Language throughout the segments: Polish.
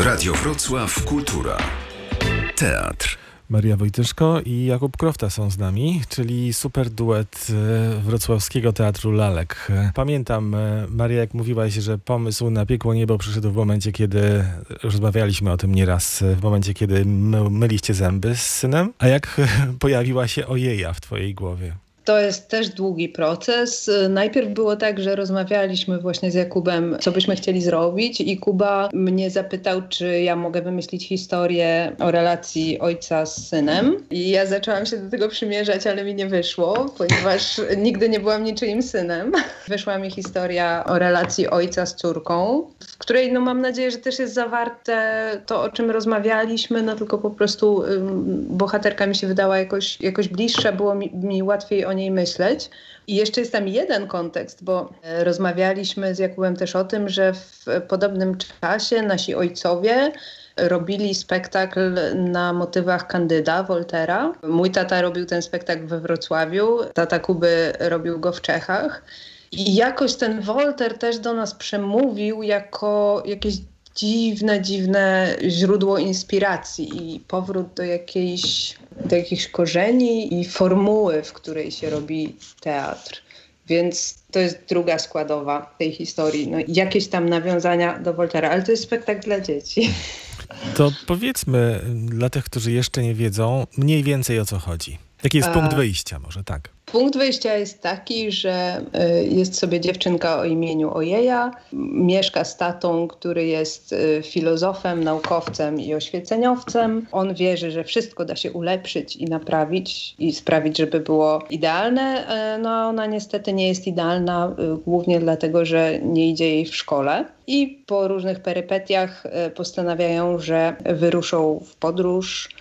Radio Wrocław Kultura. Teatr. Maria Wojtyszko i Jakub Krofta są z nami, czyli super duet wrocławskiego Teatru Lalek. Pamiętam, Maria, jak mówiłaś, że pomysł na Piekło Niebo przyszedł w momencie, kiedy rozmawialiśmy o tym nieraz, w momencie, kiedy myliście zęby z synem. A jak pojawiła się Ojeja w twojej głowie? To jest też długi proces. Najpierw było tak, że rozmawialiśmy właśnie z Jakubem, co byśmy chcieli zrobić i Kuba mnie zapytał, czy ja mogę wymyślić historię o relacji ojca z synem. I ja zaczęłam się do tego przymierzać, ale mi nie wyszło, ponieważ nigdy nie byłam niczyim synem. Wyszła mi historia o relacji ojca z córką, w której mam nadzieję, że też jest zawarte to, o czym rozmawialiśmy, tylko po prostu bohaterka mi się wydała jakoś bliższa, było mi łatwiej o niej myśleć. I jeszcze jest tam jeden kontekst, bo rozmawialiśmy z Jakubem też o tym, że w podobnym czasie nasi ojcowie robili spektakl na motywach Candyda, Voltaira. Mój tata robił ten spektakl we Wrocławiu, tata Kuby robił go w Czechach. I jakoś ten Voltaire też do nas przemówił jako jakieś dziwne źródło inspiracji i powrót do jakichś korzeni i formuły, w której się robi teatr. Więc to jest druga składowa tej historii. Jakieś tam nawiązania do Voltaira, ale to jest spektakl dla dzieci. To powiedzmy dla tych, którzy jeszcze nie wiedzą, mniej więcej o co chodzi. Jaki jest punkt wyjścia, może tak? Punkt wyjścia jest taki, że jest sobie dziewczynka o imieniu Ojeja, mieszka z tatą, który jest filozofem, naukowcem i oświeceniowcem. On wierzy, że wszystko da się ulepszyć i naprawić i sprawić, żeby było idealne. A ona niestety nie jest idealna, głównie dlatego, że nie idzie jej w szkole. I po różnych perypetiach postanawiają, że wyruszą w podróż,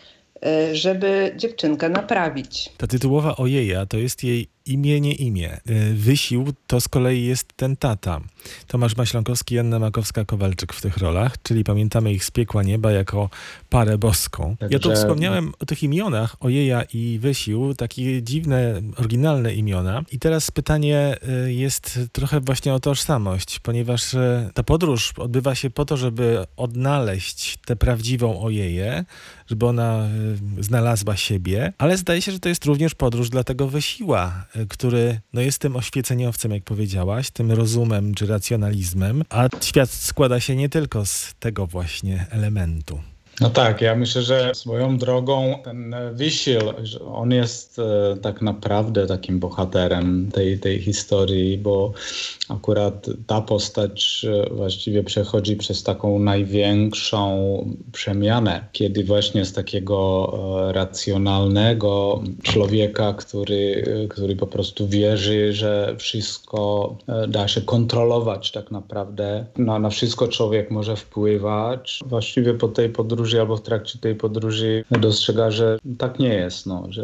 żeby dziewczynkę naprawić. Ta tytułowa Ojeja to jest jej nie imię. Wysił to z kolei jest ten tata. Tomasz Maślankowski i Anna Makowska-Kowalczyk w tych rolach, czyli pamiętamy ich z Piekła Nieba jako parę boską. Także... Ja tu wspomniałem o tych imionach, Ojeja i Wysił, takie dziwne, oryginalne imiona. I teraz pytanie jest trochę właśnie o tożsamość, ponieważ ta podróż odbywa się po to, żeby odnaleźć tę prawdziwą Ojeję, żeby ona znalazła siebie, ale zdaje się, że to jest również podróż dla tego Wysiła, który jest tym oświeceniowcem, jak powiedziałaś, tym rozumem czy racjonalizmem, a świat składa się nie tylko z tego właśnie elementu. No tak, ja myślę, że swoją drogą ten Wysił, on jest tak naprawdę takim bohaterem tej historii, bo akurat ta postać właściwie przechodzi przez taką największą przemianę, kiedy właśnie z takiego racjonalnego człowieka, który po prostu wierzy, że wszystko da się kontrolować tak naprawdę, na wszystko człowiek może wpływać. Właściwie po tej podróży albo w trakcie tej podróży dostrzega, że tak nie jest,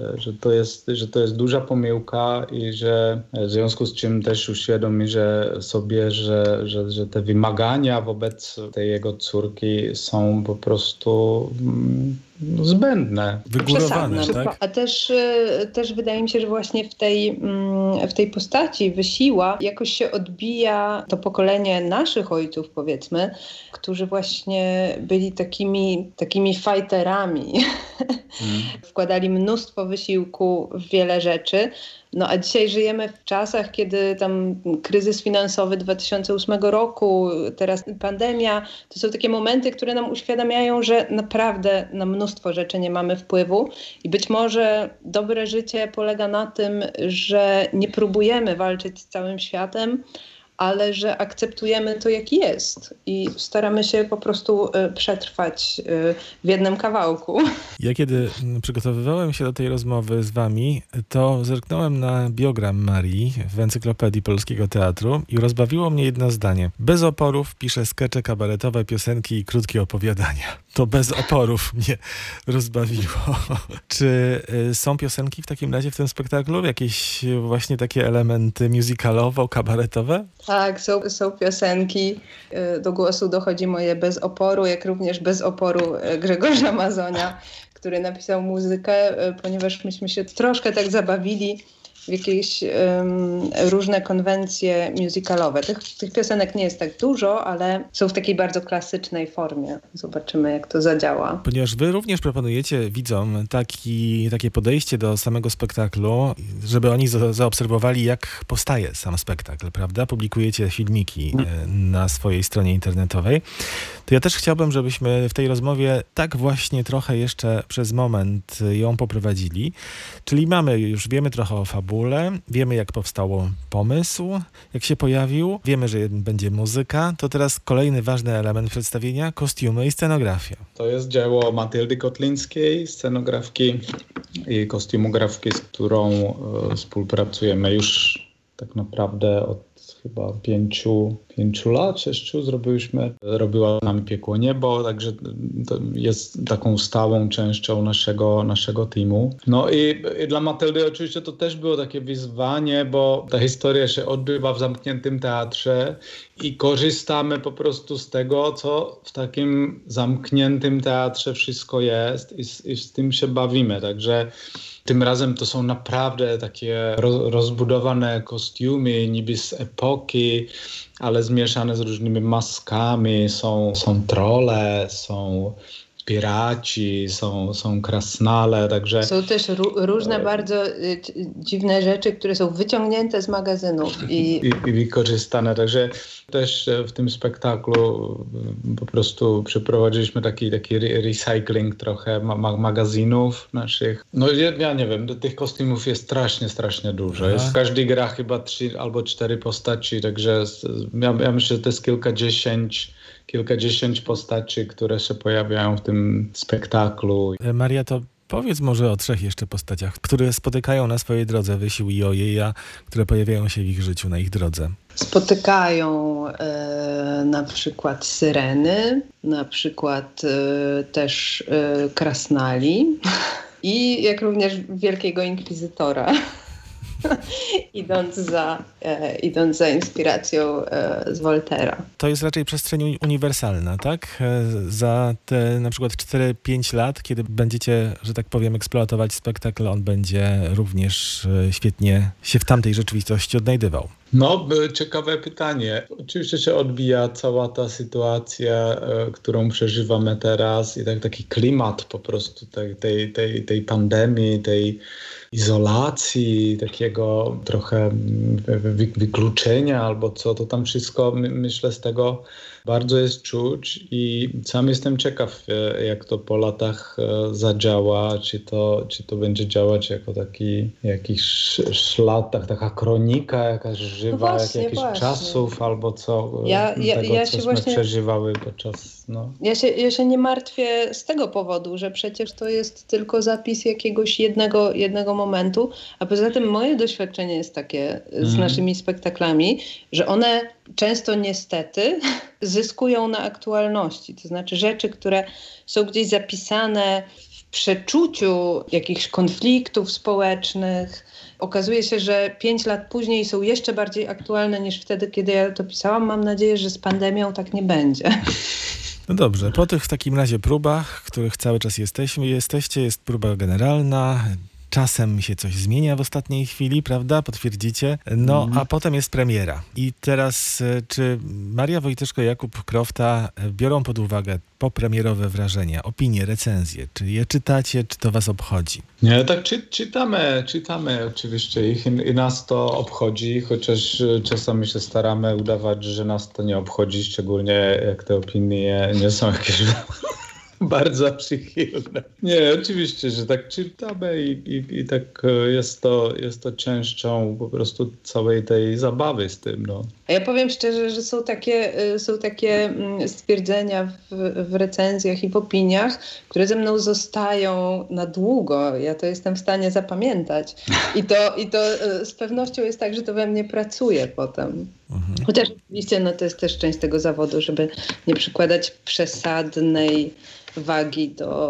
że to jest duża pomyłka i że w związku z czym też uświadomi sobie, że te wymagania wobec tej jego córki są po prostu zbędne. Wygórowane, tak? A też wydaje mi się, że właśnie w tej postaci Wysiła jakoś się odbija to pokolenie naszych ojców, powiedzmy, którzy właśnie byli takimi fighterami. Wkładali mnóstwo wysiłku w wiele rzeczy. A dzisiaj żyjemy w czasach, kiedy tam kryzys finansowy 2008 roku, teraz pandemia, to są takie momenty, które nam uświadamiają, że naprawdę na mnóstwo rzeczy nie mamy wpływu i być może dobre życie polega na tym, że nie próbujemy walczyć z całym światem, ale że akceptujemy to, jaki jest i staramy się po prostu przetrwać w jednym kawałku. Ja kiedy przygotowywałem się do tej rozmowy z wami, to zerknąłem na biogram Marii w Encyklopedii Polskiego Teatru i rozbawiło mnie jedno zdanie. Bez oporów pisze skecze kabaretowe, piosenki i krótkie opowiadania. To bez oporów mnie rozbawiło. Czy są piosenki w takim razie w tym spektaklu? Jakieś właśnie takie elementy musicalowo-kabaretowe? Tak, są piosenki. Do głosu dochodzi moje Bez oporu, jak również Bez oporu Grzegorza Mazonia, który napisał muzykę, ponieważ myśmy się troszkę tak zabawili w jakieś różne konwencje musicalowe. Tych piosenek nie jest tak dużo, ale są w takiej bardzo klasycznej formie. Zobaczymy, jak to zadziała. Ponieważ wy również proponujecie widzom takie podejście do samego spektaklu, żeby oni zaobserwowali, jak powstaje sam spektakl, prawda? Publikujecie filmiki na swojej stronie internetowej. To ja też chciałbym, żebyśmy w tej rozmowie tak właśnie trochę jeszcze przez moment ją poprowadzili. Czyli wiemy trochę o fabule, wiemy, jak powstał pomysł, jak się pojawił, wiemy, że będzie muzyka. To teraz kolejny ważny element przedstawienia, kostiumy i scenografia. To jest dzieło Matyldy Kotlińskiej, scenografki i kostiumografki, z którą współpracujemy już tak naprawdę od chyba 5 lat, 6 robiła z nami Piekło Niebo, także to jest taką stałą częścią naszego teamu. No i dla Matyldy oczywiście to też było takie wyzwanie, bo ta historia się odbywa w zamkniętym teatrze i korzystamy po prostu z tego, co w takim zamkniętym teatrze wszystko jest i z tym się bawimy, także tym razem to są naprawdę takie rozbudowane kostiumy, niby z epoki, ale zmieszane z różnymi maskami. Są trolle, są piraci, są krasnale, także... Są też różne bardzo dziwne rzeczy, które są wyciągnięte z magazynów. I wykorzystane, także też w tym spektaklu po prostu przeprowadziliśmy taki recycling trochę magazynów naszych. No ja nie wiem, tych kostiumów jest strasznie dużo. Każdy gra chyba 3 albo 4 postaci, także ja myślę, że to jest kilkadziesiąt postaci, które się pojawiają w tym spektaklu. Maria, to powiedz może o 3 jeszcze postaciach, które spotykają na swojej drodze Wysił i Ojeja, które pojawiają się w ich życiu, na ich drodze. Spotykają na przykład Syreny, na przykład też Krasnali i jak również Wielkiego Inkwizytora. idąc za inspiracją z Voltaira. To jest raczej przestrzeń uniwersalna, tak? Za te na przykład 4-5 lat, kiedy będziecie, że tak powiem, eksploatować spektakl, on będzie również świetnie się w tamtej rzeczywistości odnajdywał. No, ciekawe pytanie. Oczywiście się odbija cała ta sytuacja, którą przeżywamy teraz i taki klimat po prostu tej pandemii, tej izolacji, takiego trochę wykluczenia albo co, to tam wszystko, myślę, z tego bardzo jest czuć i sam jestem ciekaw, jak to po latach zadziała, czy to będzie działać jako taki jakiś ślad, taka kronika jakaś żywa, no jakichś czasów albo co, cośmy przeżywały podczas... No. Ja się nie martwię z tego powodu, że przecież to jest tylko zapis jakiegoś jednego momentu, a poza tym moje doświadczenie jest takie z naszymi spektaklami, że one często niestety zyskują na aktualności. To znaczy rzeczy, które są gdzieś zapisane w przeczuciu jakichś konfliktów społecznych. Okazuje się, że 5 lat później są jeszcze bardziej aktualne niż wtedy, kiedy ja to pisałam. Mam nadzieję, że z pandemią tak nie będzie. No dobrze, po tych w takim razie próbach, których cały czas jesteście, jest próba generalna. Czasem się coś zmienia w ostatniej chwili, prawda? Potwierdzicie. No, a potem jest premiera. I teraz, czy Maria Wojtyszko, Jakub Krofta biorą pod uwagę popremierowe wrażenia, opinie, recenzje? Czy je czytacie, czy to was obchodzi? Nie, tak czytamy oczywiście ich i nas to obchodzi, chociaż czasami się staramy udawać, że nas to nie obchodzi, szczególnie jak te opinie nie są jakieś... bardzo przychylne. Nie, oczywiście, że tak czytamy i tak jest to częścią po prostu całej tej zabawy z tym. No. Ja powiem szczerze, że są takie stwierdzenia w recenzjach i w opiniach, które ze mną zostają na długo. Ja to jestem w stanie zapamiętać. I to z pewnością jest tak, że to we mnie pracuje potem. Chociaż oczywiście to jest też część tego zawodu, żeby nie przykładać przesadnej wagi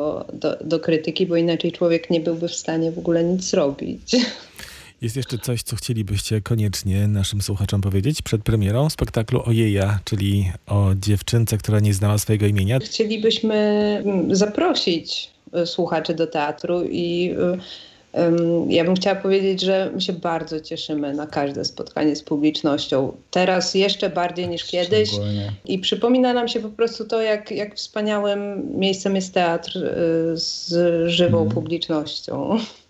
do krytyki, bo inaczej człowiek nie byłby w stanie w ogóle nic zrobić. Jest jeszcze coś, co chcielibyście koniecznie naszym słuchaczom powiedzieć przed premierą spektaklu Ojeja, czyli o dziewczynce, która nie znała swojego imienia? Chcielibyśmy zaprosić słuchaczy do teatru i Ja bym chciała powiedzieć, że my się bardzo cieszymy na każde spotkanie z publicznością. Teraz jeszcze bardziej niż kiedyś. Szczególnie. I przypomina nam się po prostu to, jak wspaniałym miejscem jest teatr z żywą publicznością.